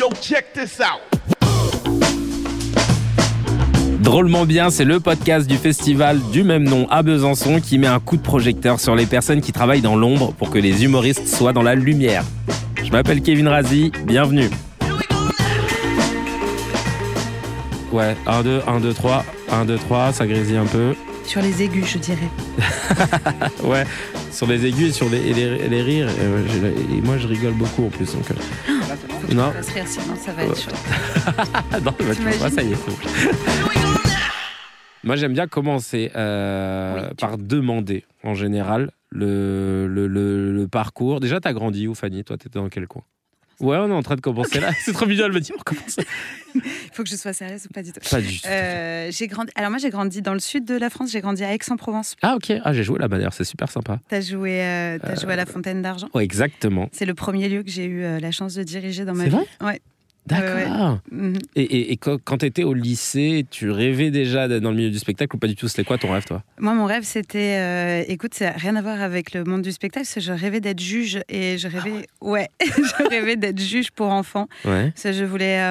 Yo, check this out. Drôlement bien, c'est le podcast du festival du même nom à Besançon qui met un coup de projecteur sur les personnes qui travaillent dans l'ombre pour que les humoristes soient dans la lumière. Je m'appelle Kevin Razi, bienvenue. Ouais, 1, 2, 1, 2, 3, 1, 2, 3, ça grésille un peu. Sur les aigus, je dirais. Ouais, sur les aigus et sur les rires. Et moi, je rigole beaucoup en plus. Donc, Faut que non. tu fasses rire, sinon ça va être chaud. non, bah, tu vois, ça y est. Moi, j'aime bien commencer par demander, en général, le parcours. Déjà, t'as grandi où, Fanny? Toi, t'étais dans quel coin? Ouais, on est en train de commencer là. C'est trop mignon, elle me dit, on commence. Il faut que je sois sérieuse ou pas du tout? Pas du tout. J'ai grandi dans le sud de la France, j'ai grandi à Aix-en-Provence. Ah, ok. Ah, j'ai joué là-bas d'ailleurs, c'est super sympa. T'as joué à la Fontaine d'Argent? Ouais, exactement. C'est le premier lieu que j'ai eu la chance de diriger dans ma C'est vie. vrai? Ouais. D'accord. Mhm. Et quand tu étais au lycée, tu rêvais déjà d'être dans le milieu du spectacle ou pas du tout? C'était quoi ton rêve, toi? Moi, mon rêve, c'était... écoute, ça n'a rien à voir avec le monde du spectacle, parce que je rêvais d'être juge et je rêvais... Ouais, je rêvais d'être juge pour enfants. Ouais. Parce que je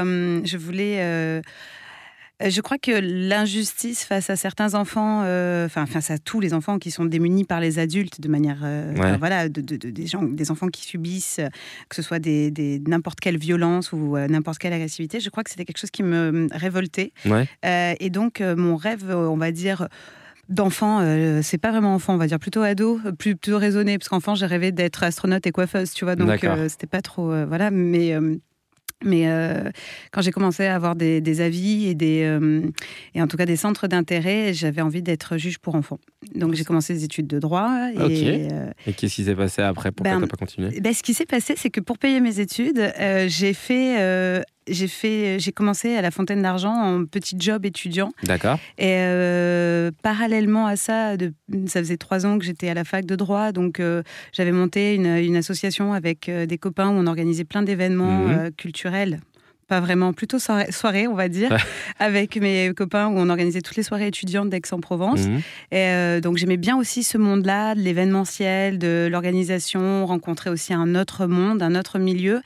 crois que l'injustice face à certains enfants, face à tous les enfants qui sont démunis par les adultes de manière, des enfants qui subissent, que ce soit n'importe quelle violence ou n'importe quelle agressivité, je crois que c'était quelque chose qui me révoltait. Ouais. Et donc, mon rêve, on va dire... d'enfant, c'est pas vraiment enfant, on va dire plutôt ado, plutôt raisonné, parce qu'enfant, j'ai rêvé d'être astronaute et coiffeuse, tu vois, donc c'était pas trop... voilà, mais quand j'ai commencé à avoir des avis et en tout cas des centres d'intérêt, j'avais envie d'être juge pour enfants. Donc j'ai commencé des études de droit. Et qu'est-ce qui s'est passé après? Pourquoi t'as pas continué? Ce qui s'est passé, c'est que pour payer mes études, j'ai commencé à la Fontaine d'Argent en petit job étudiant. D'accord. Et parallèlement à ça, ça faisait 3 ans que j'étais à la fac de droit, donc j'avais monté une association avec des copains où on organisait plein d'événements culturels. Pas vraiment, plutôt soirée, on va dire, avec mes copains où on organisait toutes les soirées étudiantes d'Aix-en-Provence. Et donc j'aimais bien aussi ce monde-là, de l'événementiel, de l'organisation, rencontrer aussi un autre monde, un autre milieu.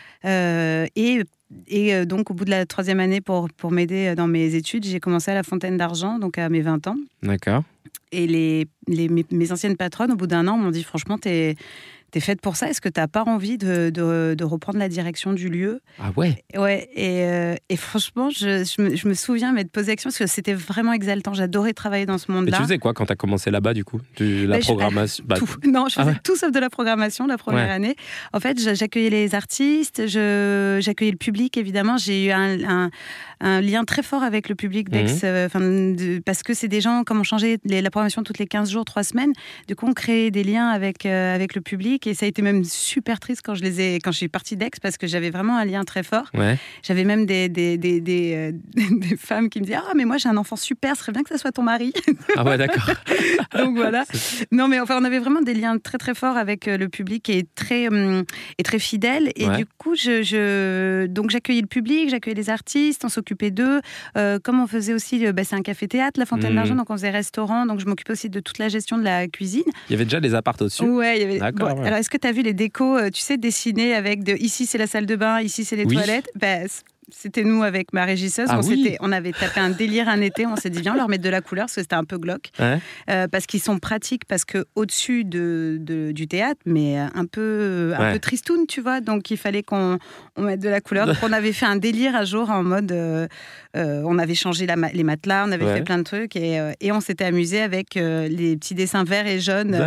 Et donc, au bout de la 3e année, pour m'aider dans mes études, j'ai commencé à la Fontaine d'Argent, donc à mes 20 ans. D'accord. Et mes anciennes patronnes, au bout d'1 an, m'ont dit, franchement, t'es faite pour ça. Est-ce que t'as pas envie de reprendre la direction du lieu? Ah ouais? Ouais. Et franchement, je me souviens m'être posé la question parce que c'était vraiment exaltant. J'adorais travailler dans ce monde-là. Mais tu faisais quoi quand t'as commencé là-bas, du coup? La programmation? Tout. Non, je faisais tout sauf de la programmation la première année. En fait, j'accueillais les artistes, j'accueillais le public, évidemment. J'ai eu un lien très fort avec le public d'Aix, parce que c'est des gens, comme on changeait la programmation toutes les 15 jours, 3 semaines, du coup, on créait des liens avec le public. Et ça a été même super triste quand je suis partie d'Aix, parce que j'avais vraiment un lien très fort. Ouais. J'avais même des femmes qui me disaient « Ah, mais moi j'ai un enfant super, ce serait bien que ça soit ton mari. » Ah ouais, d'accord. Donc voilà. Non, mais enfin, on avait vraiment des liens très très forts avec le public et très fidèle. Et du coup, donc j'accueillais le public, j'accueillais les artistes, on s'occupait d'eux. Comme on faisait aussi, c'est un café-théâtre, la Fontaine d'Argent, donc on faisait restaurant, donc je m'occupais aussi de toute la gestion de la cuisine. Il y avait déjà des apparts au-dessus? Ouais, il y avait... D'accord. Bon, alors, est-ce que tu as vu les décos, tu sais, dessinés avec ici c'est la salle de bain, ici c'est les toilettes? C'était nous avec ma régisseuse. On avait tapé un délire un été. On s'est dit, viens, on leur mettre de la couleur parce que c'était un peu glauque. Ouais. Parce qu'ils sont pratiques, parce qu'au-dessus du théâtre, mais un peu tristoun, tu vois. Donc, il fallait qu'on mette de la couleur. Donc, on avait fait un délire un jour en mode... on avait changé les matelas, on avait fait plein de trucs et on s'était amusé avec les petits dessins verts et jaunes.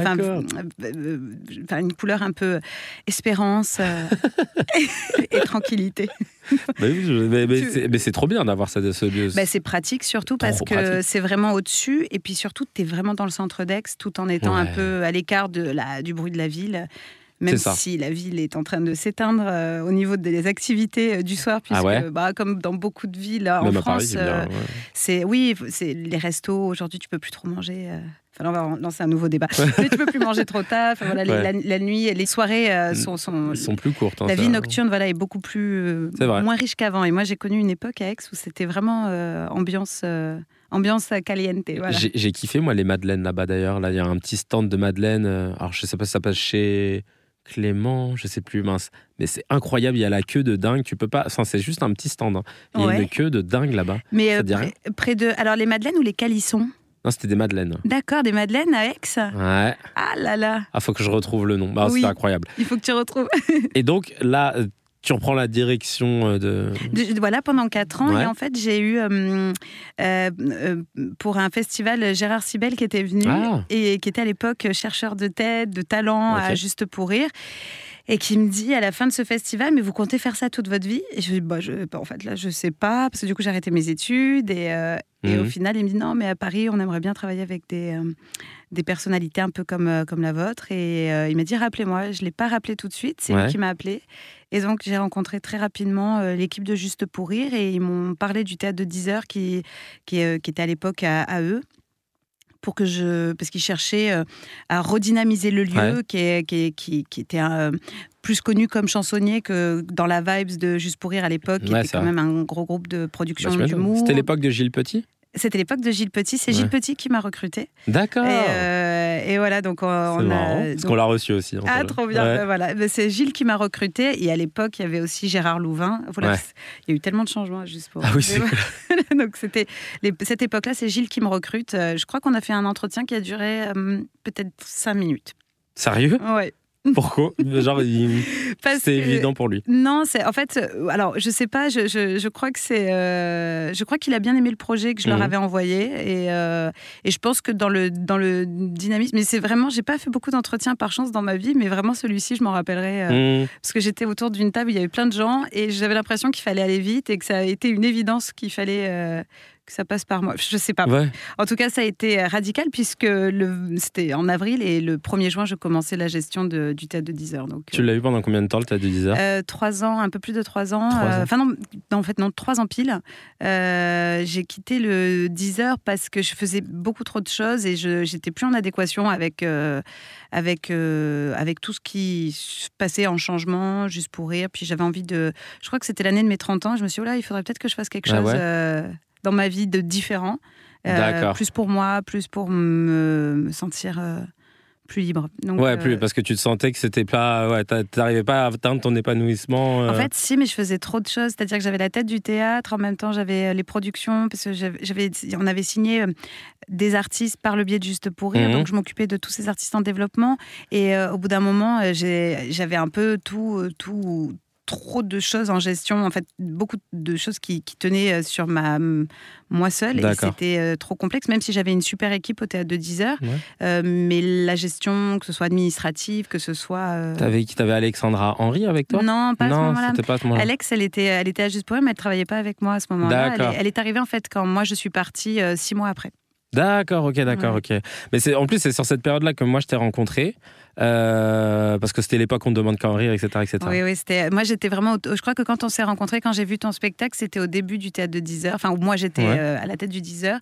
Une couleur un peu espérance et tranquillité. Mais c'est trop bien d'avoir ça. C'est pratique surtout parce que c'est vraiment au-dessus et puis surtout tu es vraiment dans le centre d'Aix tout en étant un peu à l'écart du bruit de la ville. Même si la ville est en train de s'éteindre au niveau des activités du soir, puisque comme dans beaucoup de villes en France, c'est les restos, aujourd'hui tu peux plus trop manger. Là, on va lancer un nouveau débat. Mais tu peux plus manger trop tard. La nuit, les soirées sont plus courtes. La vie nocturne est beaucoup plus moins riche qu'avant. Et moi, j'ai connu une époque à Aix où c'était vraiment ambiance caliente. Voilà. J'ai kiffé, moi, les madeleines là-bas, d'ailleurs. Là, il y a un petit stand de madeleines. Alors, je sais pas si ça passe chez Clément, je sais plus, mince. Mais c'est incroyable, il y a la queue de dingue. Tu peux pas. Enfin, c'est juste un petit stand. Hein. Il y a une queue de dingue là-bas. Mais près de. Alors, les madeleines ou les calissons? Non, c'était des madeleines. D'accord, des madeleines à Aix. Ouais. Ah là là. Ah, faut que je retrouve le nom. C'était incroyable. Il faut que tu retrouves. Et donc, là. Tu reprends la direction de... Voilà, pendant 4 ans. Ouais. Et en fait, j'ai eu, pour un festival, Gérard Sibel qui était venu et qui était à l'époque chercheur de tête, de talent à Juste pour rire. Et qui me dit à la fin de ce festival, mais vous comptez faire ça toute votre vie? Et je dis, en fait, là, je sais pas, parce que du coup, j'ai arrêté mes études. Et au final, il me dit, non, mais à Paris, on aimerait bien travailler avec des personnalités un peu comme la vôtre. Et il m'a dit, rappelez-moi. Je ne l'ai pas rappelé tout de suite, c'est lui qui m'a appelé. Et donc, j'ai rencontré très rapidement l'équipe de Juste pour rire. Et ils m'ont parlé du théâtre de 10 heures qui était à l'époque à eux. Parce qu'ils cherchaient à redynamiser le lieu qui était plus connu comme chansonnier que dans la vibes de Juste pour rire à l'époque, qui était quand même un gros groupe de production d'humour. C'était l'époque de Gilles Petit? C'était l'époque de Gilles Petit. C'est Gilles Petit qui m'a recruté. D'accord. Et voilà, donc c'est marrant, parce qu'on l'a reçu aussi. Trop bien. Voilà. C'est Gilles qui m'a recruté. Et à l'époque, il y avait aussi Gérard Louvain. Voilà, il y a eu tellement de changements juste pour. Ah oui, c'est donc c'était cette époque-là, c'est Gilles qui me recrute. Je crois qu'on a fait un entretien qui a duré peut-être 5 minutes. Sérieux? Ouais. Pourquoi? Genre, c'est évident pour lui. Non, c'est en fait. Alors, je sais pas. Je crois que c'est. Je crois qu'il a bien aimé le projet que je leur avais envoyé, et je pense que dans le dynamisme. Mais c'est vraiment. J'ai pas fait beaucoup d'entretiens par chance dans ma vie, mais vraiment celui-ci, je m'en rappellerai parce que j'étais autour d'une table, il y avait plein de gens, et j'avais l'impression qu'il fallait aller vite et que ça a été une évidence qu'il fallait. Que ça passe par moi. Je sais pas. Ouais. En tout cas, ça a été radical puisque c'était en avril et le 1er juin, je commençais la gestion du théâtre de 10 heures. Donc, tu l'as eu pendant combien de temps, le théâtre de 10 heures? 3 ans, un peu plus de 3 ans. Enfin non, en fait, non, 3 ans pile. J'ai quitté le 10 heures parce que je faisais beaucoup trop de choses et j'étais plus en adéquation avec tout ce qui se passait en changement, Juste pour rire. Puis j'avais envie de... Je crois que c'était l'année de mes 30 ans. Je me suis dit, oh là, il faudrait peut-être que je fasse quelque chose... dans ma vie de différent, plus pour moi, plus pour me sentir plus libre. Donc, plus parce que tu te sentais que c'était pas, t'arrivais pas à atteindre ton épanouissement. En fait, si, mais je faisais trop de choses. C'est-à-dire que j'avais la tête du théâtre, en même temps j'avais les productions, parce que on avait signé des artistes par le biais de Juste pour rire, donc je m'occupais de tous ces artistes en développement. Et au bout d'un moment, j'avais un peu trop de choses en gestion, en fait, beaucoup de choses qui tenaient sur moi seule, et c'était trop complexe, même si j'avais une super équipe au théâtre de 10 heures, mais la gestion, que ce soit administrative, que ce soit... T'avais Alexandra Henry avec toi? Non, pas à ce moment-là. C'était pas à ce moment-là. Alex, elle était à Juste pour rire, mais elle travaillait pas avec moi à ce moment-là. Elle est arrivée en fait quand moi je suis partie 6 mois après. D'accord, ok. Mais en plus, c'est sur cette période-là que moi je t'ai rencontré. Parce que c'était l'époque où on ne demande qu'à en rire, etc. Oui, c'était... Moi j'étais vraiment... Je crois que quand on s'est rencontrés, quand j'ai vu ton spectacle, c'était au début du théâtre de 10 heures. Enfin, où moi j'étais à la tête du 10 heures.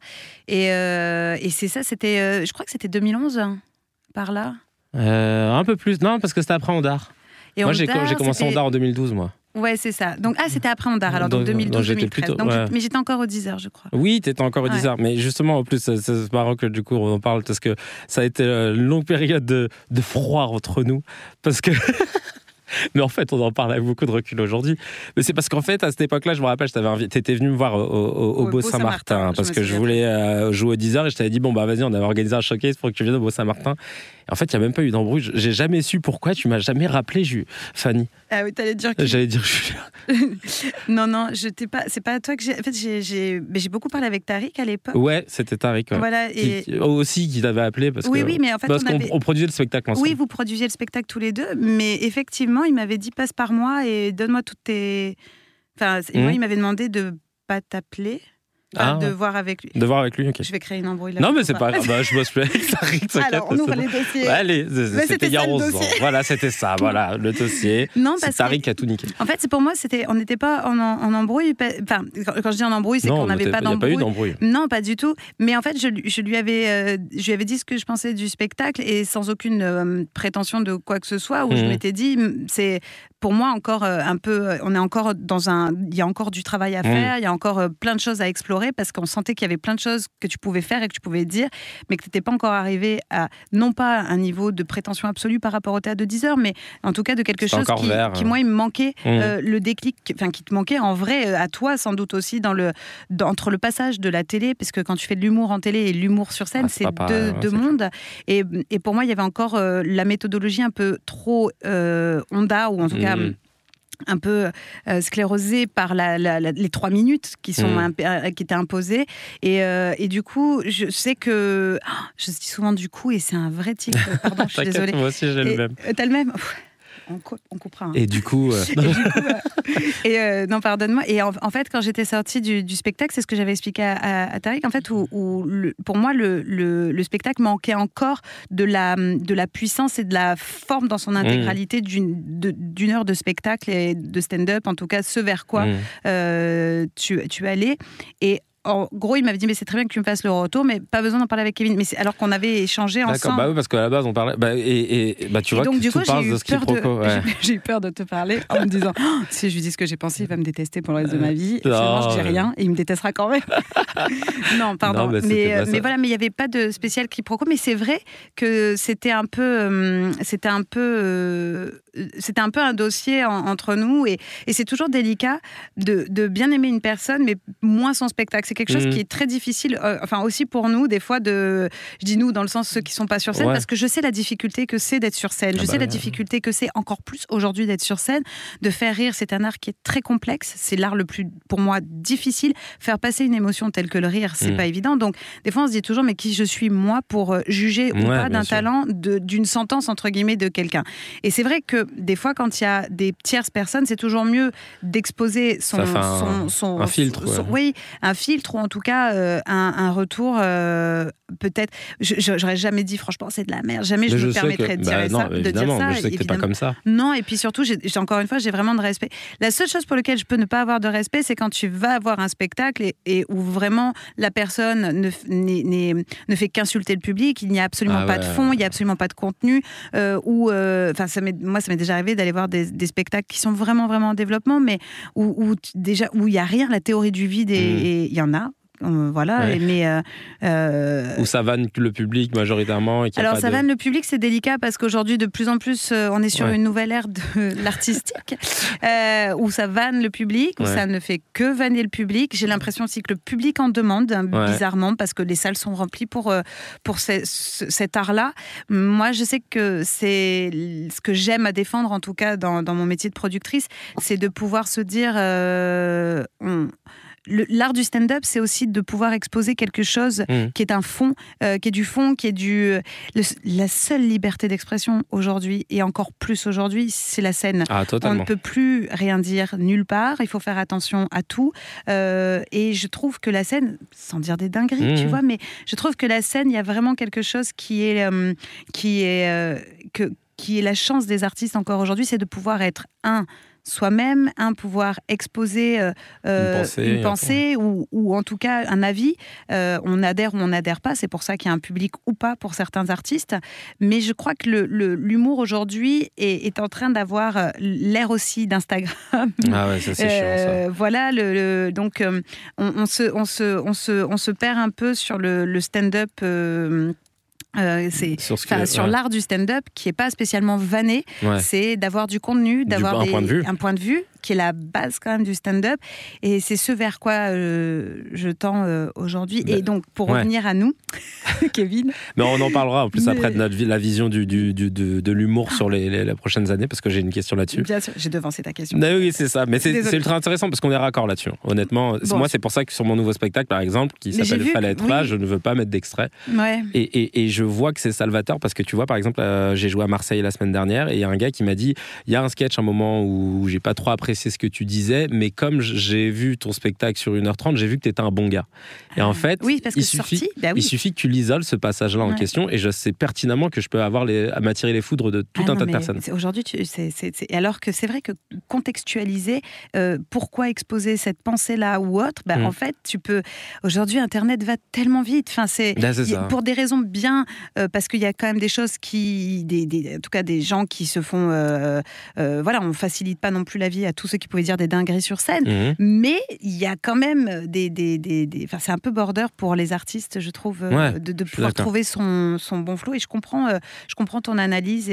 Et c'est ça, c'était... je crois que c'était 2011, par là. Un peu plus, non, parce que c'était après Ondar. Moi j'ai commencé Ondar en 2012, moi. Ouais, c'est ça. Donc, c'était après Ondar, alors donc 2012-2013. Mais j'étais encore au 10 heures, je crois. Oui, t'étais encore au 10 heures. Mais justement, en plus, c'est marrant que du coup, on en parle parce que ça a été une longue période de froid entre nous. Parce que... Mais en fait, on en parle avec beaucoup de recul aujourd'hui. Mais c'est parce qu'en fait, à cette époque-là, je me rappelle, t'étais venu me voir au Beau Saint-Martin parce que je voulais jouer aux 10 heures et je t'avais dit, bon, bah vas-y, on avait organisé un showcase pour que tu viennes au Beau Saint-Martin. Et en fait, il n'y a même pas eu d'embrouille. J'ai jamais su pourquoi tu m'as jamais rappelé, Fanny. Ah oui, t'allais dire que... J'allais dire Julien. Non, c'est pas à toi que j'ai... En fait, j'ai beaucoup parlé avec Tariq à l'époque. Ouais, c'était Tariq. Ouais. Voilà, qui t'avait appelé parce que... Oui, mais en fait, on produisait le spectacle ensemble. Oui, vous produisiez le spectacle tous les deux, mais effectivement, il m'avait dit passe par moi et donne-moi toutes tes... Enfin, moi, il m'avait demandé de pas t'appeler. De voir avec lui. De voir avec lui, ok. Je vais créer une embrouille là. Non, mais c'est pas grave. Je bosse plus avec Tariq. Alors, on ouvre les dossiers. Allez, c'était il y a 11 ans. Voilà, c'était ça. Voilà, le dossier. Non, c'est Tariq qui a tout niqué. En fait, c'est pour moi, on n'était pas en embrouille. Enfin, quand je dis en embrouille, c'est qu'on n'avait pas d'embrouille. Il n'y a pas eu d'embrouille. Non, pas du tout. Mais en fait, je lui avais dit ce que je pensais du spectacle et sans aucune prétention de quoi que ce soit, où je m'étais dit, c'est pour moi encore un peu, on est encore il y a encore du travail à faire, il y a encore plein de choses à explorer. explorer parce qu'on sentait qu'il y avait plein de choses que tu pouvais faire et que tu pouvais dire, mais que tu n'étais pas encore arrivé à, non pas un niveau de prétention absolue par rapport au théâtre de 10 heures, mais en tout cas de quelque chose qui moi, il me manquait, le déclic, enfin, qui te manquait en vrai, à toi sans doute aussi, entre le passage de la télé, parce que quand tu fais de l'humour en télé et l'humour sur scène, c'est deux mondes. Et pour moi, il y avait encore la méthodologie un peu trop Honda, ou en tout cas un peu sclérosée par les 3 minutes qui étaient imposées. Et du coup, je sais que... je dis souvent du coup, et c'est un vrai tic. Pardon, je suis désolée. Moi aussi, j'ai le même. T'as le même ? On coupera. Hein. Et du coup... non, pardonne-moi. Et en fait, quand j'étais sortie du spectacle, c'est ce que j'avais expliqué à Tariq, en fait, pour moi, le spectacle manquait encore de la puissance et de la forme dans son intégralité d'une heure de spectacle et de stand-up, en tout cas, ce vers quoi tu allais. Et en gros, il m'avait dit, mais c'est très bien que tu me fasses le retour, mais pas besoin d'en parler avec Kevin. Mais alors qu'on avait échangé ensemble. D'accord, bah oui, parce qu'à la base, on parlait. Tu vois, donc, que tout parle de ce quiproquo. J'ai eu peur de te parler en me disant, si je lui dis ce que j'ai pensé, il va me détester pour le reste de ma vie. Finalement, je dis rien et il me détestera quand même. Non, pardon. Non, mais voilà, mais il n'y avait pas de spécial quiproquo. Mais c'est vrai que c'était un peu un dossier entre nous. Et c'est toujours délicat de bien aimer une personne, mais moins son spectacle. C'est quelque chose qui est très difficile, enfin aussi pour nous, des fois, je dis nous dans le sens ceux qui ne sont pas sur scène, parce que je sais la difficulté que c'est d'être sur scène. Je sais la difficulté que c'est encore plus aujourd'hui d'être sur scène, de faire rire. C'est un art qui est très complexe. C'est l'art le plus, pour moi, difficile. Faire passer une émotion telle que le rire, c'est pas évident. Donc, des fois, on se dit toujours, mais qui je suis, moi, pour juger ou pas d'un talent, d'une sentence, entre guillemets, de quelqu'un. Et c'est vrai que, des fois, quand il y a des tierces personnes, c'est toujours mieux d'exposer un filtre. Oui, un filtre, ou en tout cas un retour peut-être. J'aurais jamais dit franchement c'est de la merde, jamais je me permettrais de dire ça. Mais je sais que t'es pas comme ça. Non, et puis surtout, encore une fois, j'ai vraiment de respect. La seule chose pour laquelle je peux ne pas avoir de respect, c'est quand tu vas avoir un spectacle et où vraiment la personne ne fait qu'insulter le public, il n'y a absolument pas de fond, il n'y a absolument pas de contenu, moi ça m'est déjà arrivé d'aller voir des spectacles qui sont vraiment vraiment en développement, mais où il n'y a rien, la théorie du vide, et il y en a. Voilà, mais où ça vanne le public majoritairement. Alors ça vanne le public, c'est délicat parce qu'aujourd'hui de plus en plus on est sur une nouvelle ère de l'artistique où ça vanne le public, où ça ne fait que vanner le public. J'ai l'impression aussi que le public en demande, bizarrement, parce que les salles sont remplies pour cet art-là. Moi, je sais que c'est ce que j'aime à défendre, en tout cas dans mon métier de productrice, c'est de pouvoir se dire l'art du stand-up, c'est aussi de pouvoir exposer quelque chose qui est un fond, qui est du fond, qui est la seule liberté d'expression aujourd'hui, et encore plus aujourd'hui, c'est la scène. On ne peut plus rien dire nulle part, il faut faire attention à tout. Et je trouve que la scène, sans dire des dingueries, tu vois, mais je trouve que la scène, il y a vraiment quelque chose qui est la chance des artistes encore aujourd'hui, c'est de pouvoir être soi-même, pouvoir exposer une pensée ou en tout cas un avis. On adhère ou on n'adhère pas, c'est pour ça qu'il y a un public ou pas pour certains artistes. Mais je crois que l'humour aujourd'hui est en train d'avoir l'air aussi d'Instagram. Ah ouais, ça c'est chiant ça. Voilà, donc on se perd un peu sur le stand-up. Sur l'art du stand-up qui n'est pas spécialement vanné, c'est d'avoir du contenu, d'avoir un point de vue qui est la base quand même du stand-up, et c'est ce vers quoi je tends aujourd'hui. Et donc pour revenir à nous, Kevin. Mais on en parlera en plus après de la vision de l'humour sur les prochaines années, parce que j'ai une question là-dessus. Bien sûr, j'ai devancé ta question. Oui, c'est ça, mais c'est ultra intéressant parce qu'on est raccord là-dessus. Honnêtement, moi c'est pour ça que sur mon nouveau spectacle par exemple, qui s'appelle Fallait être là, je ne veux pas mettre d'extrait. Et je vois que c'est salvateur parce que tu vois, par exemple, j'ai joué à Marseille la semaine dernière et il y a un gars qui m'a dit, il y a un sketch, un moment où j'ai pas trop apprécié ce que tu disais, mais comme j'ai vu ton spectacle sur 1h30, j'ai vu que tu étais un bon gars. Et en fait, il suffit que tu l'isoles, ce passage-là en question, et je sais pertinemment que je peux m'attirer les foudres de tout un tas de personnes. Aujourd'hui, alors que c'est vrai que contextualiser, pourquoi exposer cette pensée-là ou autre, en fait, tu peux... Aujourd'hui, Internet va tellement vite. Enfin, pour des raisons bien... parce qu'il y a quand même des choses en tout cas des gens qui se font... on ne facilite pas non plus la vie à tous tous ceux qui pouvaient dire des dingueries sur scène, mais il y a quand même enfin, c'est un peu border pour les artistes, je trouve, de pouvoir trouver son bon flow. Et je comprends ton analyse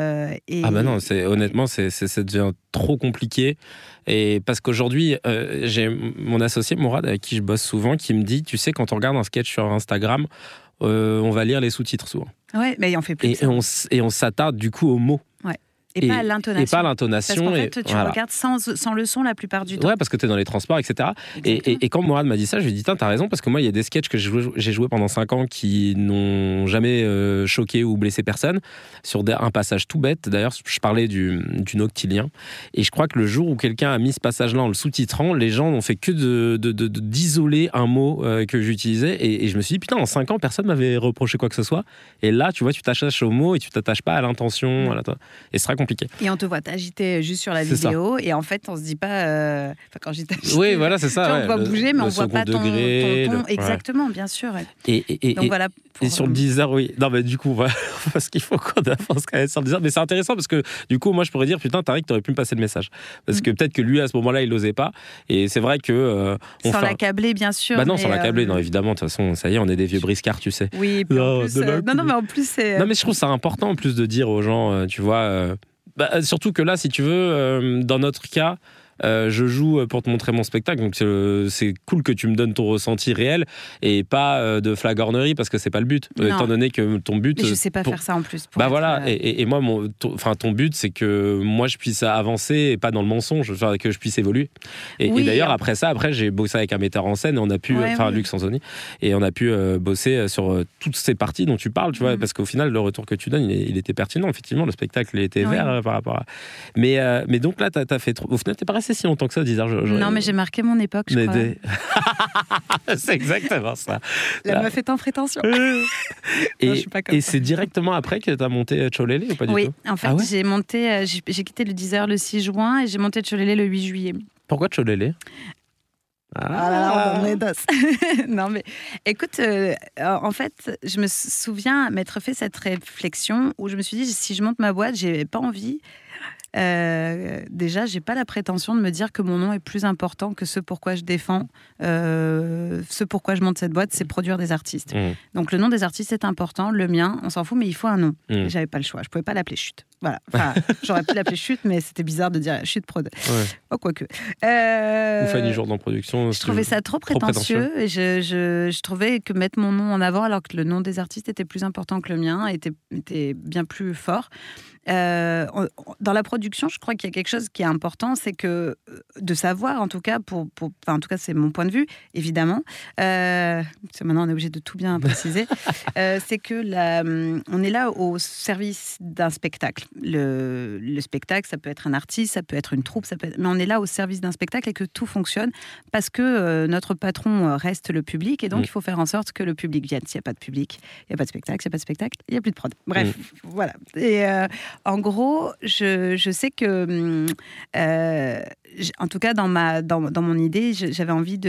Ah bah non, honnêtement, ça devient trop compliqué. Et parce qu'aujourd'hui, j'ai mon associé Mourad, avec qui je bosse souvent, qui me dit, tu sais, quand on regarde un sketch sur Instagram, on va lire les sous-titres souvent. Ouais, mais on fait plus. Et on s'attarde du coup aux mots. Ouais. Et pas à l'intonation. Et pas à l'intonation. Parce qu'en fait, tu regardes sans le son la plupart du temps. Ouais, parce que tu es dans les transports, etc. Et quand Mourad m'a dit ça, je lui ai dit, t'as raison, parce que moi, il y a des sketchs que j'ai joué pendant 5 ans qui n'ont jamais choqué ou blessé personne, sur un passage tout bête. D'ailleurs, je parlais du noctilien. Et je crois que le jour où quelqu'un a mis ce passage-là en le sous-titrant, les gens n'ont fait que d'isoler un mot que j'utilisais. Et je me suis dit, putain, en 5 ans, personne m'avait reproché quoi que ce soit. Et là, tu vois, tu t'attaches au mot et tu t'attaches pas à l'intention. Et ce sera compliqué. Et on te voit t'agiter juste sur la vidéo, et en fait, on se dit pas. Quand j'ai t'agité, oui, voilà, c'est ça. On voit bouger, mais on voit pas ton ton. Exactement, bien sûr. Donc voilà. Et sur le Deezer, oui. Non, mais du coup, parce qu'il faut qu'on avance quand même sur le Deezer. Mais c'est intéressant parce que du coup, moi, je pourrais dire, putain, Tariq, t'aurais pu me passer le message. Parce que peut-être que lui, à ce moment-là, il n'osait pas. Et c'est vrai que. Sans l'accabler, bien sûr. Bah non, sans l'accabler, non, évidemment. De toute façon, ça y est, on est des vieux briscards, tu sais. Oui, puis en plus. Non, mais en plus, c'est. Non, mais je trouve ça important, en plus, de dire aux gens, tu vois. Surtout que là, si tu veux, dans notre cas, je joue pour te montrer mon spectacle, donc c'est cool que tu me donnes ton ressenti réel et pas de flagornerie, parce que c'est pas le but, étant donné que ton but. Mais je sais pas faire ça en plus. Voilà, et moi, ton but, c'est que moi je puisse avancer et pas dans le mensonge, que je puisse évoluer. Et d'ailleurs, après j'ai bossé avec un metteur en scène, et on a pu, Luc Sanzoni, et on a pu bosser sur toutes ces parties dont tu parles, tu vois, parce qu'au final, le retour que tu donnes, il était pertinent, effectivement, le spectacle, il était vert par rapport à. Mais donc là, t'as fait trop. Au final, t'es pas resté si longtemps que ça, Deezer. Non, mais j'ai marqué mon époque, je crois. C'est exactement ça. La meuf est en prétention. Et c'est directement après que tu as monté Tcholélé ou pas du tout? Oui, en fait, j'ai quitté le Deezer le 6 juin et j'ai monté Tcholélé le 8 juillet. Pourquoi Tcholélé? On donne non, mais écoute, en fait, je me souviens m'être fait cette réflexion où je me suis dit, si je monte ma boîte, j'ai pas envie. Déjà, j'ai pas la prétention de me dire que mon nom est plus important que ce pourquoi je défends, ce pourquoi je monte cette boîte, c'est produire des artistes. Donc le nom des artistes est important, le mien, on s'en fout, mais il faut un nom. Et j'avais pas le choix, je pouvais pas l'appeler Chute. Voilà. Enfin, j'aurais pu l'appeler Chute, mais c'était bizarre de dire Chute Prod. Oh, quoique. Ou Fanny Jourdan Production. Je trouvais ça trop prétentieux. Et je trouvais que mettre mon nom en avant, alors que le nom des artistes était plus important que le mien, était bien plus fort. Dans la production, je crois qu'il y a quelque chose qui est important, c'est que de savoir, en tout cas, en tout cas, c'est mon point de vue, évidemment. Parce que maintenant, on est obligé de tout bien préciser. C'est que on est là au service d'un spectacle. Le spectacle, ça peut être un artiste, ça peut être une troupe, mais on est là au service d'un spectacle et que tout fonctionne parce que notre patron reste le public, et donc il faut faire en sorte que le public vienne. S'il n'y a pas de public, il n'y a pas de spectacle. S'il n'y a pas de spectacle, il n'y a plus de prod. Bref, voilà. Et en gros, je sais que, en tout cas, dans mon idée, j'avais envie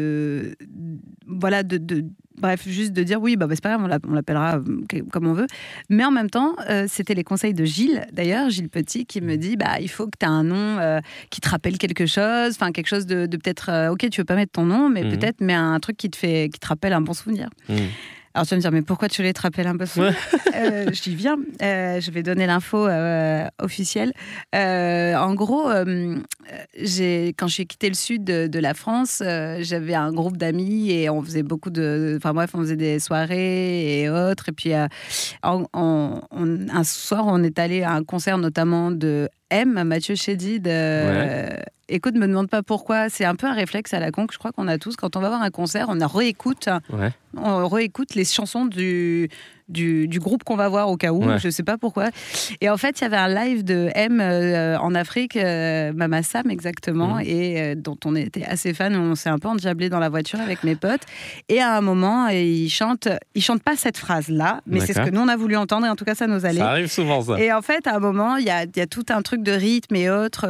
bref, juste de dire oui, c'est pas grave, on l'appellera comme on veut. Mais en même temps, c'était les conseils de Gilles, d'ailleurs, Gilles Petit, qui me dit il faut que tu aies un nom qui te rappelle quelque chose, enfin quelque chose de peut-être, ok, tu veux pas mettre ton nom, mais peut-être mets un truc qui te rappelle un bon souvenir. Alors tu vas me dire, mais pourquoi tu voulais te rappeler un peu ça? Je dis, viens, je vais donner l'info officielle. En gros, quand j'ai quitté le sud de la France, j'avais un groupe d'amis et on faisait on faisait des soirées et autres. Et puis un soir, on est allé à un concert notamment de Mathieu Chédid. Écoute, me demande pas pourquoi, c'est un peu un réflexe à la con que je crois qu'on a tous. Quand on va voir un concert, on réécoute les chansons du groupe qu'on va voir au cas où, je sais pas pourquoi. Et en fait, il y avait un live de en Afrique, Mama Sam exactement, et dont on était assez fan. On s'est un peu endiablé dans la voiture avec mes potes. Et à un moment, il chante pas cette phrase-là, mais c'est ce que nous on a voulu entendre, et en tout cas ça nous allait. Ça arrive souvent, ça. Et en fait, à un moment, il y a tout un truc de rythme et autres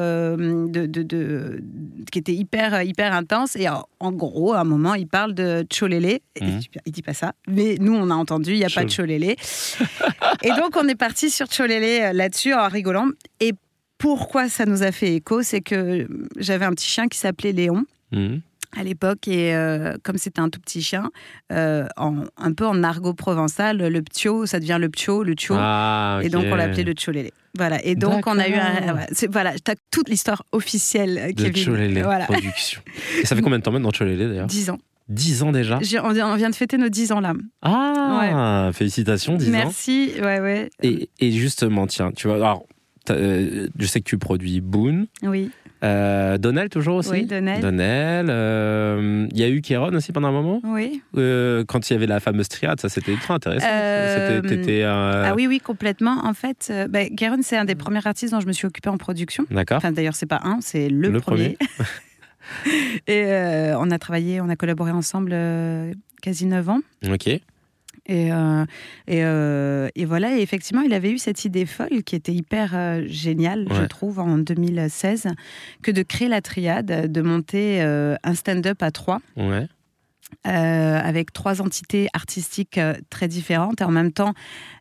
qui était hyper intense. Et en gros, à un moment, il parle de Tcholélé. Il dit pas ça, mais nous on a entendu, il n'y a pas de Tcholélé. Et donc on est parti sur Tcholélé là-dessus en rigolant. Et pourquoi ça nous a fait écho, c'est que j'avais un petit chien qui s'appelait Léon. À l'époque, et comme c'était un tout petit chien, un peu en argot provençal, le ptio, ça devient le ptio, le tcho, et donc on l'appelait le tcholélé. Voilà, et donc on a eu voilà, t'as toute l'histoire officielle de Tcholélé production. Et ça fait combien de temps maintenant Tcholélé d'ailleurs? 10 ans. 10 ans déjà? On vient de fêter nos 10 ans là. Félicitations, 10 ans. Merci, ouais. Et justement, tiens, tu vois, alors, je sais que tu produis Boone. Oui. Donnell toujours aussi? Oui, Donnell. Il y a eu Kéron aussi pendant un moment? Oui. Quand il y avait la fameuse triade, ça c'était ultra intéressant. Ah oui, complètement. En fait, Kéron, c'est un des premiers artistes dont je me suis occupée en production. D'accord. Enfin, d'ailleurs, c'est pas un, c'est le premier. Et on a collaboré ensemble quasi 9 ans. Ok. Et voilà, et effectivement, il avait eu cette idée folle qui était hyper géniale, je trouve, en 2016, que de créer la triade, de monter un stand-up à 3. Ouais. Avec 3 entités artistiques très différentes et en même temps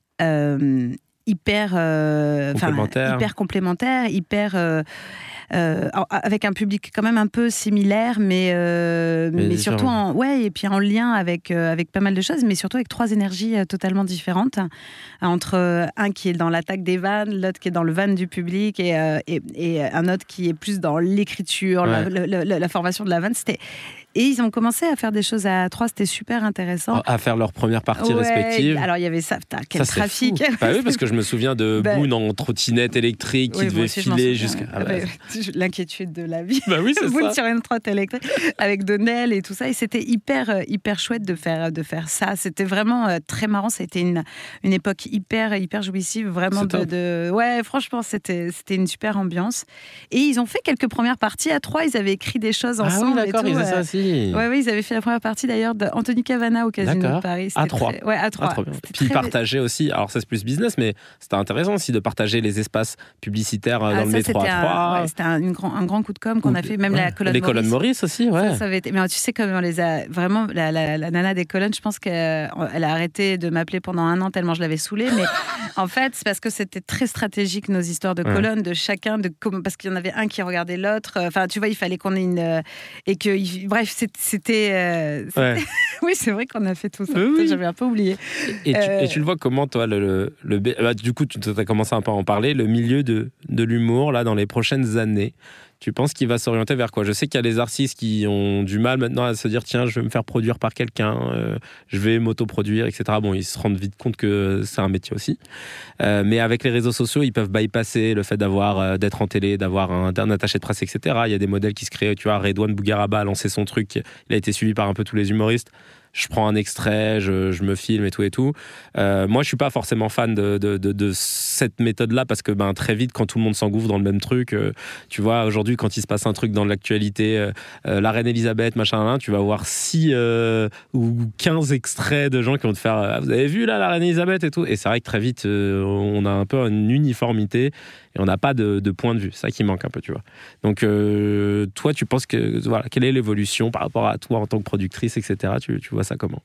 hyper complémentaires, avec un public quand même un peu similaire, mais surtout et puis en lien avec pas mal de choses, mais surtout avec 3 énergies totalement différentes, entre un qui est dans l'attaque des vannes, l'autre qui est dans le van du public et un autre qui est plus dans l'écriture, la formation de la vanne. Et ils ont commencé à faire des choses à 3, c'était super intéressant. À faire leur première partie respective. Alors il y avait ça, quel trafic. Oui, parce que je me souviens de Boone en trottinette électrique qui devait filer jusqu'à... L'inquiétude de la vie. Oui, c'est Boone ça. sur une trotte électrique avec Donnell et tout ça. Et c'était hyper chouette de faire ça. C'était vraiment très marrant. C'était une époque hyper jouissive. Vraiment franchement, c'était une super ambiance. Et ils ont fait quelques premières parties à 3. Ils avaient écrit des choses ensemble. Ah oui, d'accord, ils faisaient ça aussi. Oui, ils avaient fait la première partie d'ailleurs d'Anthony Cavana au Casino de Paris. À 3. À 3. Puis ils partageaient aussi, alors ça c'est plus business, mais c'était intéressant aussi de partager les espaces publicitaires dans le métro à 3. C'était un grand coup de com' qu'on a fait, même la colonne Maurice. Les colonnes Maurice aussi, ouais. Ça avait été... Mais tu sais, comme on les a vraiment, la nana des colonnes, je pense qu'elle a arrêté de m'appeler pendant 1 an tellement je l'avais saoulée, mais en fait, c'est parce que c'était très stratégique nos histoires de colonnes, de chacun, parce qu'il y en avait un qui regardait l'autre. Enfin, tu vois, il fallait qu'on ait une... Et que, bref, c'était oui, c'est vrai qu'on a fait tout ça. Oui. J'avais un peu oublié. Et tu le vois comment, toi, du coup, tu as commencé un peu à en parler, le milieu de l'humour, là, dans les prochaines années, tu penses qu'il va s'orienter vers quoi? Je sais qu'il y a des artistes qui ont du mal maintenant à se dire tiens, je vais me faire produire par quelqu'un, je vais m'autoproduire, etc. Bon, ils se rendent vite compte que c'est un métier aussi. Mais avec les réseaux sociaux, ils peuvent bypasser le fait d'être en télé, d'avoir un attaché de presse, etc. Il y a des modèles qui se créent. Tu vois, Redouane Bougaraba a lancé son truc. Il a été suivi par un peu tous les humoristes. Je prends un extrait, je me filme et tout. Moi, je suis pas forcément fan de cette méthode-là parce que très vite, quand tout le monde s'engouffre dans le même truc, tu vois, aujourd'hui, quand il se passe un truc dans l'actualité, la reine Elisabeth, machin, tu vas voir 6 ou 15 extraits de gens qui vont te faire vous avez vu là la reine Elisabeth et tout. Et c'est vrai que très vite, on a un peu une uniformité et on n'a pas de point de vue. C'est ça qui manque un peu, tu vois. Donc, toi, tu penses que quelle est l'évolution par rapport à toi en tant que productrice, etc. Tu vois ça comment?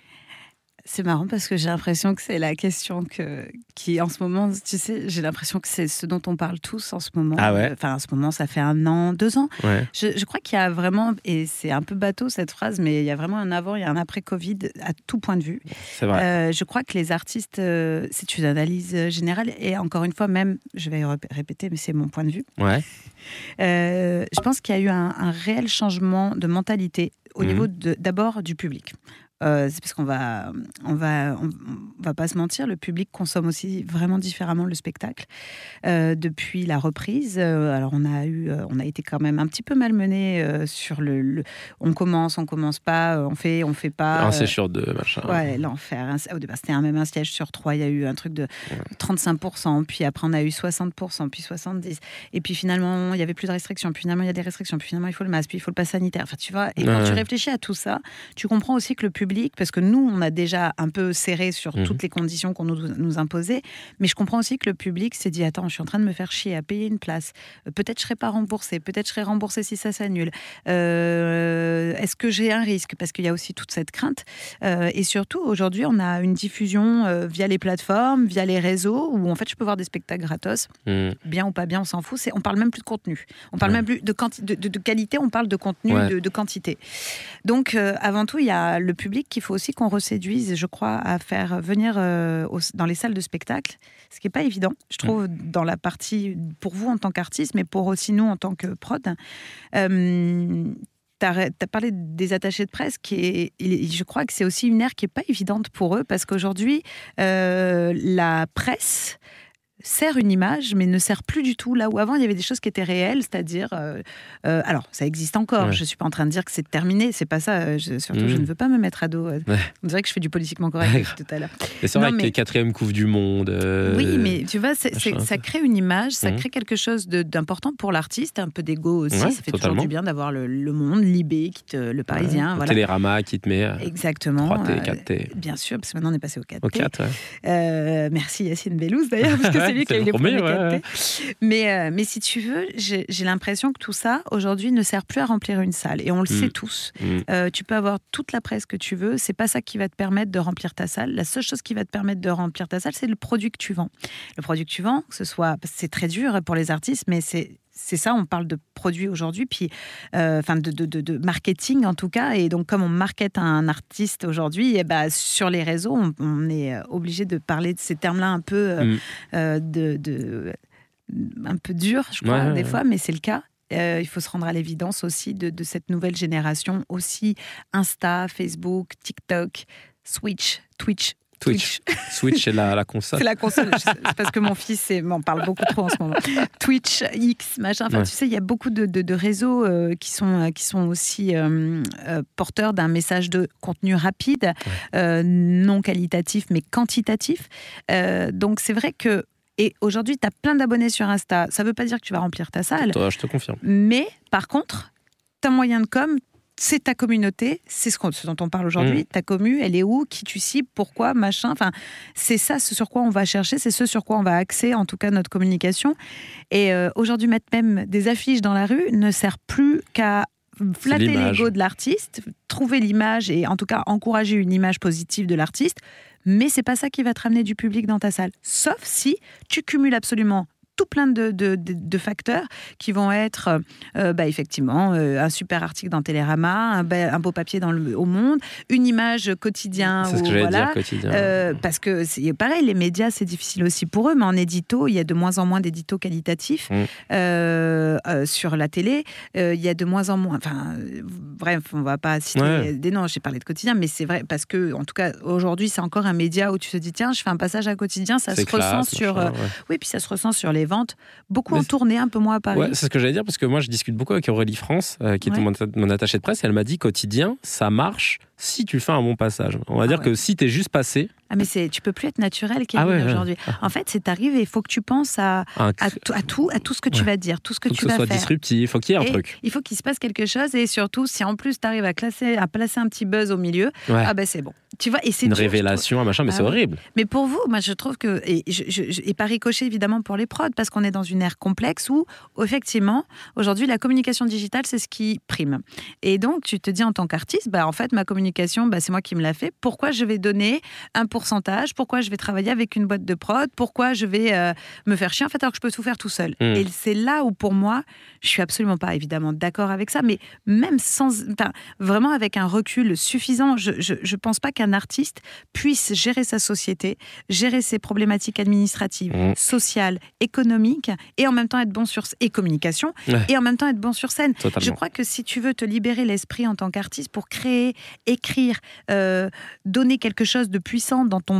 C'est marrant parce que j'ai l'impression que c'est la question qui, en ce moment, tu sais, j'ai l'impression que c'est ce dont on parle tous en ce moment. Ah ouais? Enfin, en ce moment, ça fait 1 an, 2 ans. Ouais. Je crois qu'il y a vraiment, et c'est un peu bateau cette phrase, mais il y a vraiment un avant et un après Covid à tout point de vue. C'est vrai. Je crois que les artistes, c'est une analyse générale et encore une fois, même, je vais répéter, mais c'est mon point de vue. Ouais. Je pense qu'il y a eu un réel changement de mentalité au niveau d'abord du public. C'est parce qu'on va pas se mentir, le public consomme aussi vraiment différemment le spectacle depuis la reprise. Alors on a été quand même un petit peu malmené sur on commence pas, on fait pas. Un siège sur 2, machin. Ouais, l'enfer. Au départ, c'était même un siège sur 3. Il y a eu un truc de 35%, puis après on a eu 60%, puis 70%. Et puis finalement, il y avait plus de restrictions. Puis finalement, il y a des restrictions. Puis finalement, il faut le masque, puis il faut le pass sanitaire. Enfin, tu vois. Et quand tu réfléchis à tout ça, tu comprends aussi que le public public, parce que nous, on a déjà un peu serré sur toutes les conditions qu'on nous imposait, mais je comprends aussi que le public s'est dit, attends, je suis en train de me faire chier à payer une place, peut-être je ne serai pas remboursée, peut-être je serai remboursée si ça s'annule, est-ce que j'ai un risque, parce qu'il y a aussi toute cette crainte, et surtout, aujourd'hui, on a une diffusion via les plateformes, via les réseaux, où en fait, je peux voir des spectacles gratos, bien ou pas bien, on s'en fout, on parle même plus de contenu, on parle même plus de qualité, on parle de contenu, de quantité. Donc, avant tout, il y a le public qu'il faut aussi qu'on reséduise, je crois, à faire venir dans les salles de spectacle, ce qui n'est pas évident, je trouve, dans la partie, pour vous en tant qu'artiste, mais pour aussi nous en tant que prod. T'as parlé des attachés de presse, je crois que c'est aussi une ère qui n'est pas évidente pour eux, parce qu'aujourd'hui, la presse sert une image, mais ne sert plus du tout là où avant il y avait des choses qui étaient réelles, c'est-à-dire, alors ça existe encore, je ne suis pas en train de dire que c'est terminé, c'est pas ça, surtout je ne veux pas me mettre à dos, on dirait que je fais du politiquement correct tout à l'heure. Et c'est vrai que les 4e couves du monde... Oui, mais tu vois, ça crée une image, ça crée quelque chose d'important pour l'artiste, un peu d'ego aussi, ça fait toujours du bien d'avoir le Monde, Libé, le Parisien, voilà. Télérama qui te met exactement, 3T, 4T. Bien sûr, parce que maintenant on est passé au 4T. Au 4, merci Yacine Bellouz d'ailleurs, parce que c'est lui qui a eu les premiers 4T. Mais si tu veux, j'ai l'impression que tout ça, aujourd'hui, ne sert plus à remplir une salle. Et on le sait tous. Tu peux avoir toute la presse que tu veux, c'est pas ça qui va te permettre de remplir ta salle. La seule chose qui va te permettre de remplir ta salle, c'est le produit que tu vends. Le produit que tu vends, c'est très dur pour les artistes, mais c'est ça, on parle de produits aujourd'hui, puis de marketing en tout cas. Et donc, comme on markete un artiste aujourd'hui, sur les réseaux, on est obligé de parler de ces termes-là un peu, un peu durs, je crois, des fois, mais c'est le cas. Il faut se rendre à l'évidence aussi de cette nouvelle génération, aussi Insta, Facebook, TikTok, Twitch. Switch, c'est la console. C'est la console. C'est parce que mon fils m'en parle beaucoup trop en ce moment. Twitch, X, machin. Enfin, tu sais, il y a beaucoup de réseaux qui sont aussi porteurs d'un message de contenu rapide, non qualitatif, mais quantitatif. Donc, c'est vrai que et aujourd'hui, tu as plein d'abonnés sur Insta. Ça ne veut pas dire que tu vas remplir ta salle. Je te confirme. Mais par contre, tu as moyen de com'. C'est ta communauté, c'est ce dont on parle aujourd'hui. Ta commu, elle est où, qui tu cibles, pourquoi, machin. Enfin, c'est ça, ce sur quoi on va chercher, c'est ce sur quoi on va axer, en tout cas, notre communication. Et aujourd'hui, mettre même des affiches dans la rue ne sert plus qu'à flatter l'ego de l'artiste, trouver l'image et en tout cas encourager une image positive de l'artiste. Mais c'est pas ça qui va te ramener du public dans ta salle. Sauf si tu cumules absolument tout plein de facteurs qui vont être effectivement un super article dans Télérama, un beau papier au Monde, une image quotidien. C'est ce que j'allais dire, quotidien. Parce que c'est pareil, les médias, c'est difficile aussi pour eux, mais en édito, il y a de moins en moins d'éditos qualitatifs. Sur la télé, il y a de moins en moins... Enfin, bref, on ne va pas citer des noms, j'ai parlé de quotidien, mais c'est vrai, parce que, en tout cas, aujourd'hui, c'est encore un média où tu te dis, tiens, je fais un passage à quotidien, ça se ressent sur... Oui, puis ça se ressent sur les ventes, beaucoup en tournée, un peu moins à Paris. Ouais, c'est ce que j'allais dire, parce que moi je discute beaucoup avec Aurélie France, qui était mon attachée de presse, et elle m'a dit quotidien, ça marche si tu fais un bon passage. On va dire que si t'es juste passé... Ah mais tu peux plus être naturel, Kevin, aujourd'hui. En fait, c'est arrivé, il faut que tu penses à tout ce que tu vas dire, tout ce que tu vas faire. Faut que ce soit disruptif, il faut qu'il y ait un truc. Il faut qu'il se passe quelque chose, et surtout, si en plus tu arrives à placer un petit buzz au milieu, c'est bon. Tu vois, et c'est une révélation, un machin, mais c'est horrible. Mais pour vous, moi je trouve que, et par ricochet évidemment pour les prods, parce qu'on est dans une ère complexe où, effectivement, aujourd'hui, la communication digitale, c'est ce qui prime. Et donc, tu te dis en tant qu'artiste, en fait, ma communication, c'est moi qui me la fais. Pourquoi je vais donner un pourcentage? Pourquoi je vais travailler avec une boîte de prod? Pourquoi je vais me faire chier, en fait, alors que je peux tout faire tout seul? Et c'est là où, pour moi, je suis absolument pas, évidemment, d'accord avec ça, mais même vraiment avec un recul suffisant, je pense pas qu'un artiste puisse gérer sa société, gérer ses problématiques administratives, sociales, économiques, et en même temps être bon et communication, et en même temps être bon sur scène. Totalement. Je crois que si tu veux te libérer l'esprit en tant qu'artiste pour créer, écrire, donner quelque chose de puissant dans ton,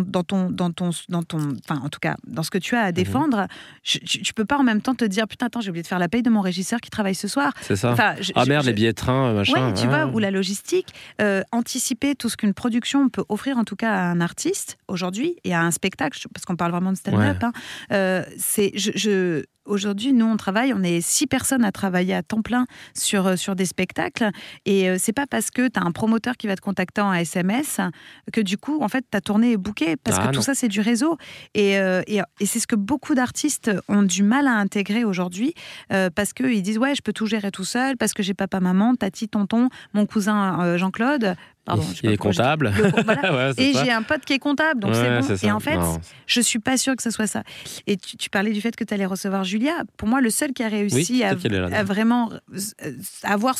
enfin en tout cas dans ce que tu as à défendre, tu peux pas en même temps te dire putain attends j'ai oublié de faire la paye de mon régisseur qui travaille ce soir. C'est ça. Merde les billets de train machin. Ouais, tu vois, ou la logistique, anticiper tout ce qu'une production peut offrir en tout cas à un artiste aujourd'hui et à un spectacle parce qu'on parle vraiment de stand-up. aujourd'hui, nous, on travaille, on est 6 personnes à travailler à temps plein sur des spectacles. Et c'est pas parce que tu as un promoteur qui va te contacter en SMS que du coup, en fait, ta tournée est bookée. Parce que tout ça, c'est du réseau. Et c'est ce que beaucoup d'artistes ont du mal à intégrer aujourd'hui. Parce qu'ils disent, ouais, je peux tout gérer tout seul, parce que j'ai papa, maman, tati, tonton, mon cousin Jean-Claude. Pardon, il est comptable. Voilà. Et j'ai un pote qui est comptable, donc c'est bon. C'est et en fait, je suis pas sûre que ce soit ça. Et tu parlais du fait que tu allais recevoir Julia. Pour moi, le seul qui a réussi à vraiment avoir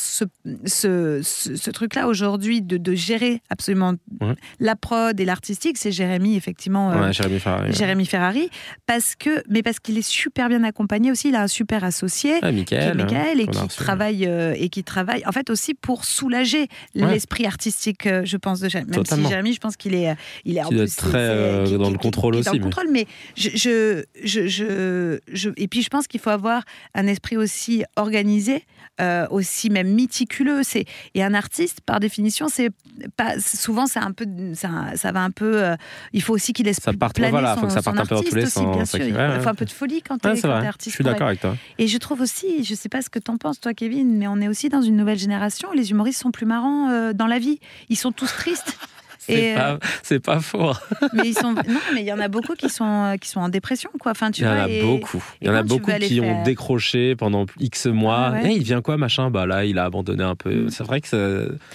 ce truc-là aujourd'hui de gérer absolument la prod et l'artistique, c'est Jérémy, effectivement. Jérémy Ferrari. Parce qu'il est super bien accompagné aussi. Il a un super associé, Michael, et qui travaille en fait aussi pour soulager l'esprit artistique. Je pense de Jérémy. Même si Jérémy, je pense qu'il est en plus très dans le contrôle aussi. Dans le contrôle, mais et puis je pense qu'il faut avoir un esprit aussi organisé, aussi même méticuleux. Et un artiste, par définition, c'est pas souvent c'est un peu ça va un peu. Il faut aussi qu'il laisse planer faut que ça parte un peu dans tous les sens. Bien sûr, il faut un peu de folie quand t'es artiste. Je suis d'accord avec toi. Et je trouve aussi, je sais pas ce que t'en penses toi, Kevin, mais on est aussi dans une nouvelle génération. Les humoristes sont plus marrants dans la vie. Ils sont tous tristes. C'est pas faux. Mais il y en a beaucoup qui sont en dépression, quoi. Enfin, il y en a beaucoup. Il y en a beaucoup qui ont décroché pendant X mois. Il vient quoi, machin ? Bah là, il a abandonné un peu. C'est vrai que ça...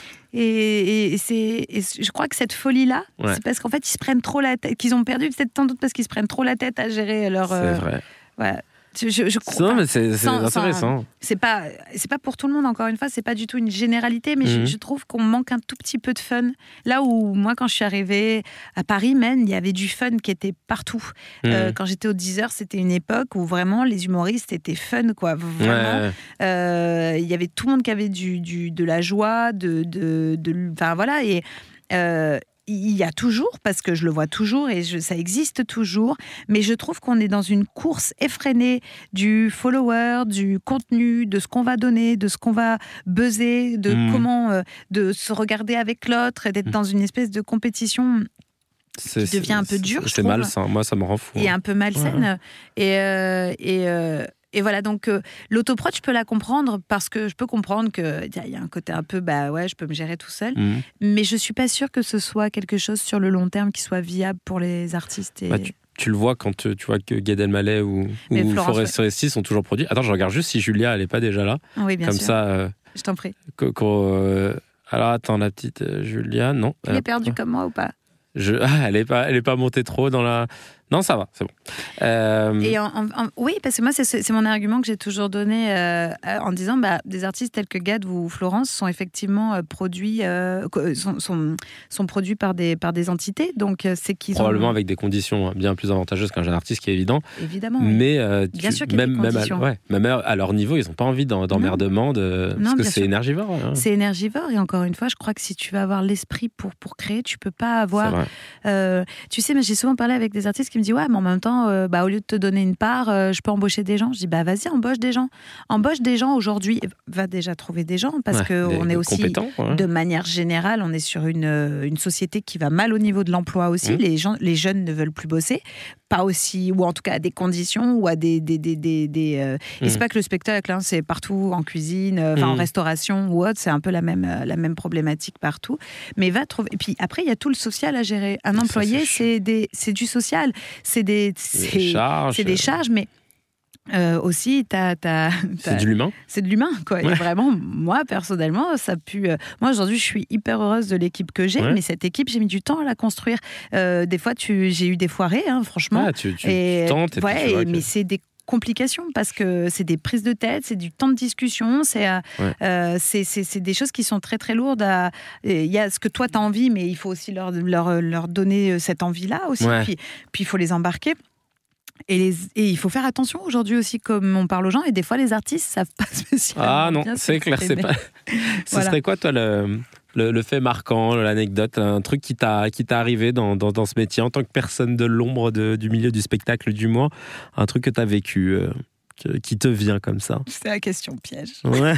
Et je crois que cette folie-là, c'est parce qu'en fait, ils se prennent trop la tête, qu'ils ont perdu, peut-être sans doute parce qu'ils se prennent trop la tête à gérer leur... C'est vrai. Ouais. Je crois. Non, mais c'est intéressant. C'est pas pour tout le monde, encore une fois, c'est pas du tout une généralité, mais je trouve qu'on manque un tout petit peu de fun. Là où, moi, quand je suis arrivée à Paris, même, il y avait du fun qui était partout. Quand j'étais au 10h, c'était une époque où vraiment les humoristes étaient fun, quoi. Vraiment. Il y avait tout le monde qui avait de la joie, enfin, voilà. Et. Il y a toujours, parce que je le vois toujours et ça existe toujours, mais je trouve qu'on est dans une course effrénée du follower, du contenu, de ce qu'on va donner, de ce qu'on va buzzer, de comment de se regarder avec l'autre et d'être dans une espèce de compétition qui devient un peu dure. C'est malsain, moi ça me rend fou. Et un peu malsaine. Et voilà, donc l'autoprod, je peux la comprendre parce que je peux comprendre qu'il y a un côté un peu, je peux me gérer tout seul. Mais je ne suis pas sûre que ce soit quelque chose sur le long terme qui soit viable pour les artistes. Tu le vois quand tu vois que Gad Elmaleh ou Forest Foresti sont toujours produits. Attends, je regarde juste si Julia, elle n'est pas déjà là. Oui, bien sûr. Comme ça. Je t'en prie. Alors attends, la petite Julia, non. Elle est perdue comme moi ou pas ? Elle est pas montée trop dans la... Non, ça va, c'est bon. Oui, parce que moi, c'est mon argument que j'ai toujours donné en disant des artistes tels que Gad ou Florence sont effectivement produits, sont produits par des entités. Donc, c'est qu'ils probablement avec des conditions bien plus avantageuses qu'un jeune artiste, qui est évident. Évidemment. Mais bien sûr qu'il y a des conditions. Même à leur niveau, ils n'ont pas envie d'emmerdement parce que c'est énergivore. Hein. C'est énergivore. Et encore une fois, je crois que si tu veux avoir l'esprit pour créer, tu peux pas avoir... tu sais, mais j'ai souvent parlé avec des artistes qui me disent ouais, mais en même temps, au lieu de te donner une part, je peux embaucher des gens. Je dis vas-y, embauche des gens. Embauche des gens aujourd'hui. Va déjà trouver des gens parce que on est aussi de manière générale, on est sur une société qui va mal au niveau de l'emploi aussi. Les jeunes ne veulent plus bosser, pas aussi, ou en tout cas à des conditions ou à des et c'est pas que le spectacle, hein, c'est partout en cuisine, en restauration ou autre, c'est un peu la même problématique partout. Mais va trouver. Et puis après, il y a tout le social à gérer. Un employé, c'est du social. C'est des charges, mais aussi, c'est de l'humain. C'est de l'humain, quoi. Ouais. Et vraiment, moi, personnellement, ça pue. Moi, aujourd'hui, je suis hyper heureuse de l'équipe que j'ai, mais cette équipe, j'ai mis du temps à la construire. Des fois, j'ai eu des foirées, hein, franchement. Tu tentes. Mais c'est des complications parce que c'est des prises de tête, c'est du temps de discussion, c'est des choses qui sont très très lourdes. Il y a ce que toi tu as envie, mais il faut aussi leur donner cette envie-là aussi. Puis il faut les embarquer. Et il faut faire attention aujourd'hui aussi, comme on parle aux gens, et des fois les artistes savent pas spécialement. Ah non, c'est clair, c'est pas. Ce serait quoi, toi, le fait marquant, l'anecdote, un truc qui t'a arrivé dans ce métier en tant que personne de l'ombre du milieu du spectacle, du moins, un truc que t'as vécu qui te vient comme ça? C'est la question piège. Ouais.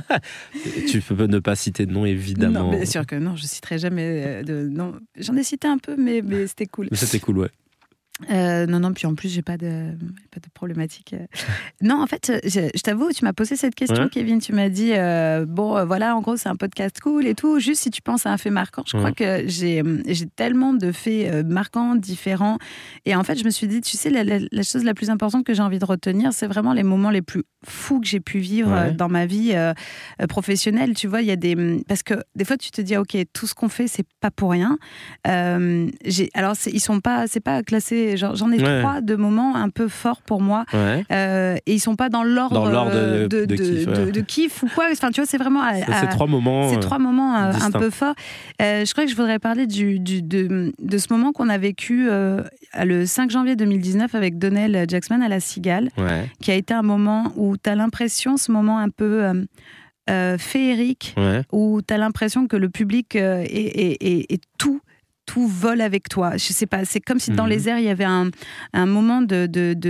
Tu peux ne pas citer de nom, évidemment. Non, bien sûr que non, je citerai jamais de nom. J'en ai cité un peu, mais c'était cool. C'était cool, ouais. Non, puis en plus, j'ai pas de problématique. Non, en fait, je t'avoue, tu m'as posé cette question, Kevin. Tu m'as dit, voilà, en gros, c'est un podcast cool et tout. Juste si tu penses à un fait marquant, je crois que j'ai tellement de faits marquants, différents. Et en fait, je me suis dit, tu sais, la chose la plus importante que j'ai envie de retenir, c'est vraiment les moments les plus fous que j'ai pu vivre dans ma vie professionnelle. Tu vois, il y a parce que des fois, tu te dis, OK, tout ce qu'on fait, c'est pas pour rien. Alors, c'est pas classé. J'en ai 3 de moments un peu forts pour moi, et ils sont pas dans l'ordre de kiff ou quoi. Enfin, tu vois, c'est vraiment c'est 3 moments. C'est 3 moments un peu forts. Je crois que je voudrais parler de ce moment qu'on a vécu le 5 janvier 2019 avec Donnell Jacksman à La Cigale, qui a été un moment où tu as l'impression, ce moment un peu féerique, où tu as l'impression que le public est tout vole avec toi. Je sais pas, c'est comme si dans les airs il y avait un moment de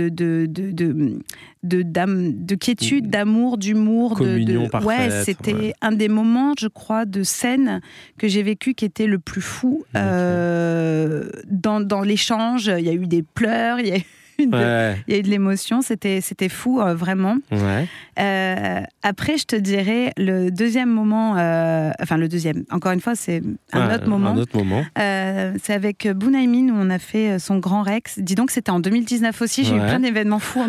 quiétude, d'amour, d'humour, communion parfaite. C'était un des moments, je crois, de scène que j'ai vécu qui était le plus fou dans l'échange. Il y a eu des pleurs, il y a eu il y a eu de l'émotion, c'était fou, vraiment. Après, je te dirais, le deuxième moment, le deuxième, encore une fois, c'est un autre moment. C'est avec Bunaimin où on a fait son Grand Rex. Dis donc, c'était en 2019 aussi, j'ai eu plein d'événements fous en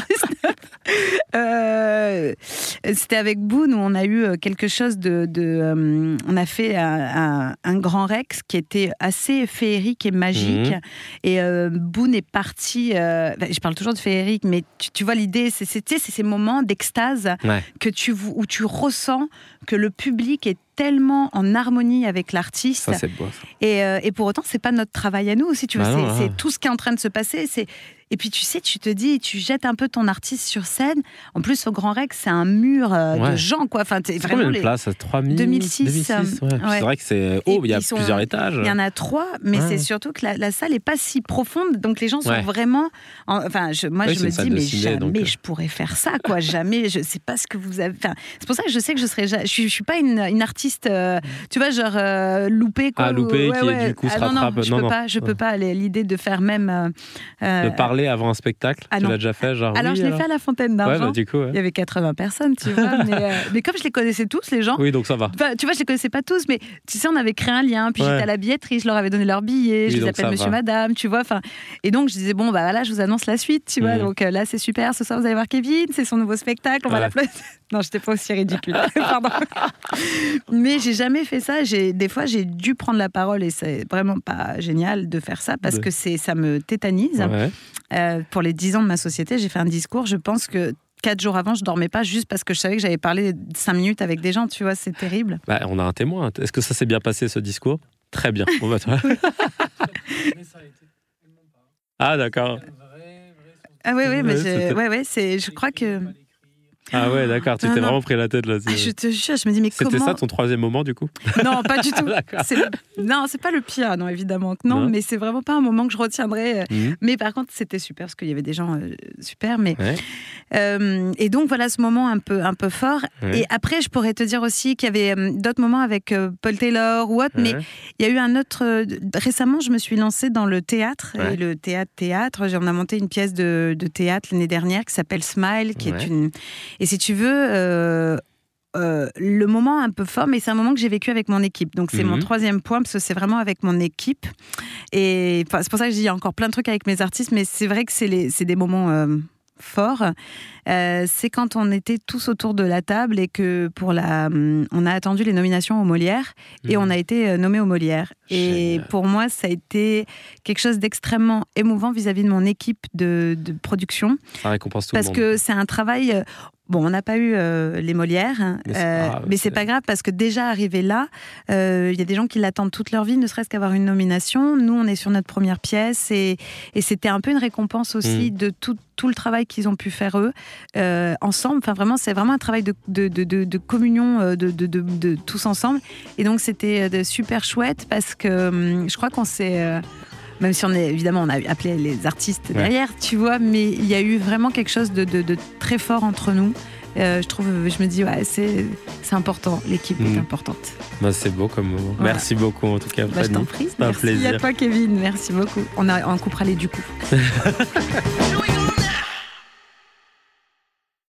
2019. C'était avec Boone où on a eu quelque chose on a fait un Grand Rex qui était assez féerique et magique. Et Boone est parti... je parle toujours de féerique, mais tu vois l'idée, c'est ces moments d'extase où tu ressens que le public est tellement en harmonie avec l'artiste. Ça, c'est beau, ça. Et pour autant, c'est pas notre travail à nous aussi, tu vois. C'est tout ce qui est en train de se passer. Et puis tu sais, tu te dis, tu jettes un peu ton artiste sur scène. En plus, au Grand Rex, c'est un mur de gens, quoi. Enfin, c'est vraiment combien de places? 3000 2006. C'est vrai que c'est haut, il y a plusieurs étages. Il y en a 3, mais c'est surtout que la salle n'est pas si profonde, donc les gens sont vraiment... je me dis, mais jamais je pourrais faire ça, quoi. Jamais, je sais pas ce que vous avez... Enfin, c'est pour ça que je sais que je suis pas une artiste, tu vois, genre loupée, quoi. Loupée, qui du coup se rattrape. Non, je peux pas. L'idée de faire même... de parler avant un spectacle, tu l'as déjà fait, genre. Alors je l'ai fait à la Fontaine d'Argent. Du coup, il y avait 80 personnes, tu vois, mais comme je les connaissais tous, les gens. Oui, donc ça va. Tu vois, je les connaissais pas tous, mais tu sais, on avait créé un lien. Puis j'étais à la billetterie, je leur avais donné leur billet, je les appelle Monsieur, Madame, tu vois. Et donc je disais bon, voilà, je vous annonce la suite, tu vois. Donc là, c'est super. Ce soir, vous allez voir Kevin, c'est son nouveau spectacle, on va l'applaudir. Non, j'étais pas aussi ridicule. Pardon. Mais j'ai jamais fait ça. Des fois, j'ai dû prendre la parole et c'est vraiment pas génial de faire ça parce que ça me tétanise. Pour les 10 ans de ma société, j'ai fait un discours. Je pense que 4 jours avant, je dormais pas juste parce que je savais que j'avais parlé 5 minutes avec des gens. Tu vois, c'est terrible. On a un témoin. Est-ce que ça s'est bien passé, ce discours? Très bien. On va toi. Ah, d'accord. Ah oui, mais je crois que... Ah ouais, d'accord, tu t'es vraiment pris la tête là. Je te jure, je me dis, mais comment... C'était ça ton 3e moment, du coup? Non, pas du tout. Non, c'est pas le pire, non, évidemment. Non, mais c'est vraiment pas un moment que je retiendrai. Mais par contre, c'était super, parce qu'il y avait des gens super. Mais... et donc, voilà ce moment un peu fort. Et après, je pourrais te dire aussi qu'il y avait d'autres moments avec Paul Taylor ou autre, mais il y a eu un autre... Récemment, je me suis lancée dans le théâtre. Et le théâtre, on a monté une pièce de théâtre l'année dernière qui s'appelle Smile, qui est une... Et si tu veux, le moment un peu fort, mais c'est un moment que j'ai vécu avec mon équipe. Donc c'est mon 3e point, parce que c'est vraiment avec mon équipe. Et c'est pour ça que je dis, il y a encore plein de trucs avec mes artistes, mais c'est vrai que c'est des moments forts. C'est quand on était tous autour de la table et que on a attendu les nominations aux Molières et on a été nommés aux Molières. Et pour moi, ça a été quelque chose d'extrêmement émouvant vis-à-vis de mon équipe de production. Ça récompense tout le monde. Parce que c'est un travail... Bon, on n'a pas eu les Molières, mais c'est pas grave parce que déjà arrivé là, il y a des gens qui l'attendent toute leur vie, ne serait-ce qu'avoir une nomination. Nous, on est sur notre première pièce et c'était un peu une récompense aussi de tout le travail qu'ils ont pu faire eux ensemble. Enfin, vraiment, c'est vraiment un travail de communion de tous ensemble. Et donc, c'était super chouette parce que je crois qu'on s'est... même si évidemment, on a appelé les artistes derrière, tu vois, mais il y a eu vraiment quelque chose de très fort entre nous. Je me dis, c'est important, l'équipe est importante. C'est beau comme moment. Voilà. Merci beaucoup en tout cas, Fanny. Je t'en prie. C'était un plaisir. Merci à toi, Kevin. Merci beaucoup. On coupera les du coup.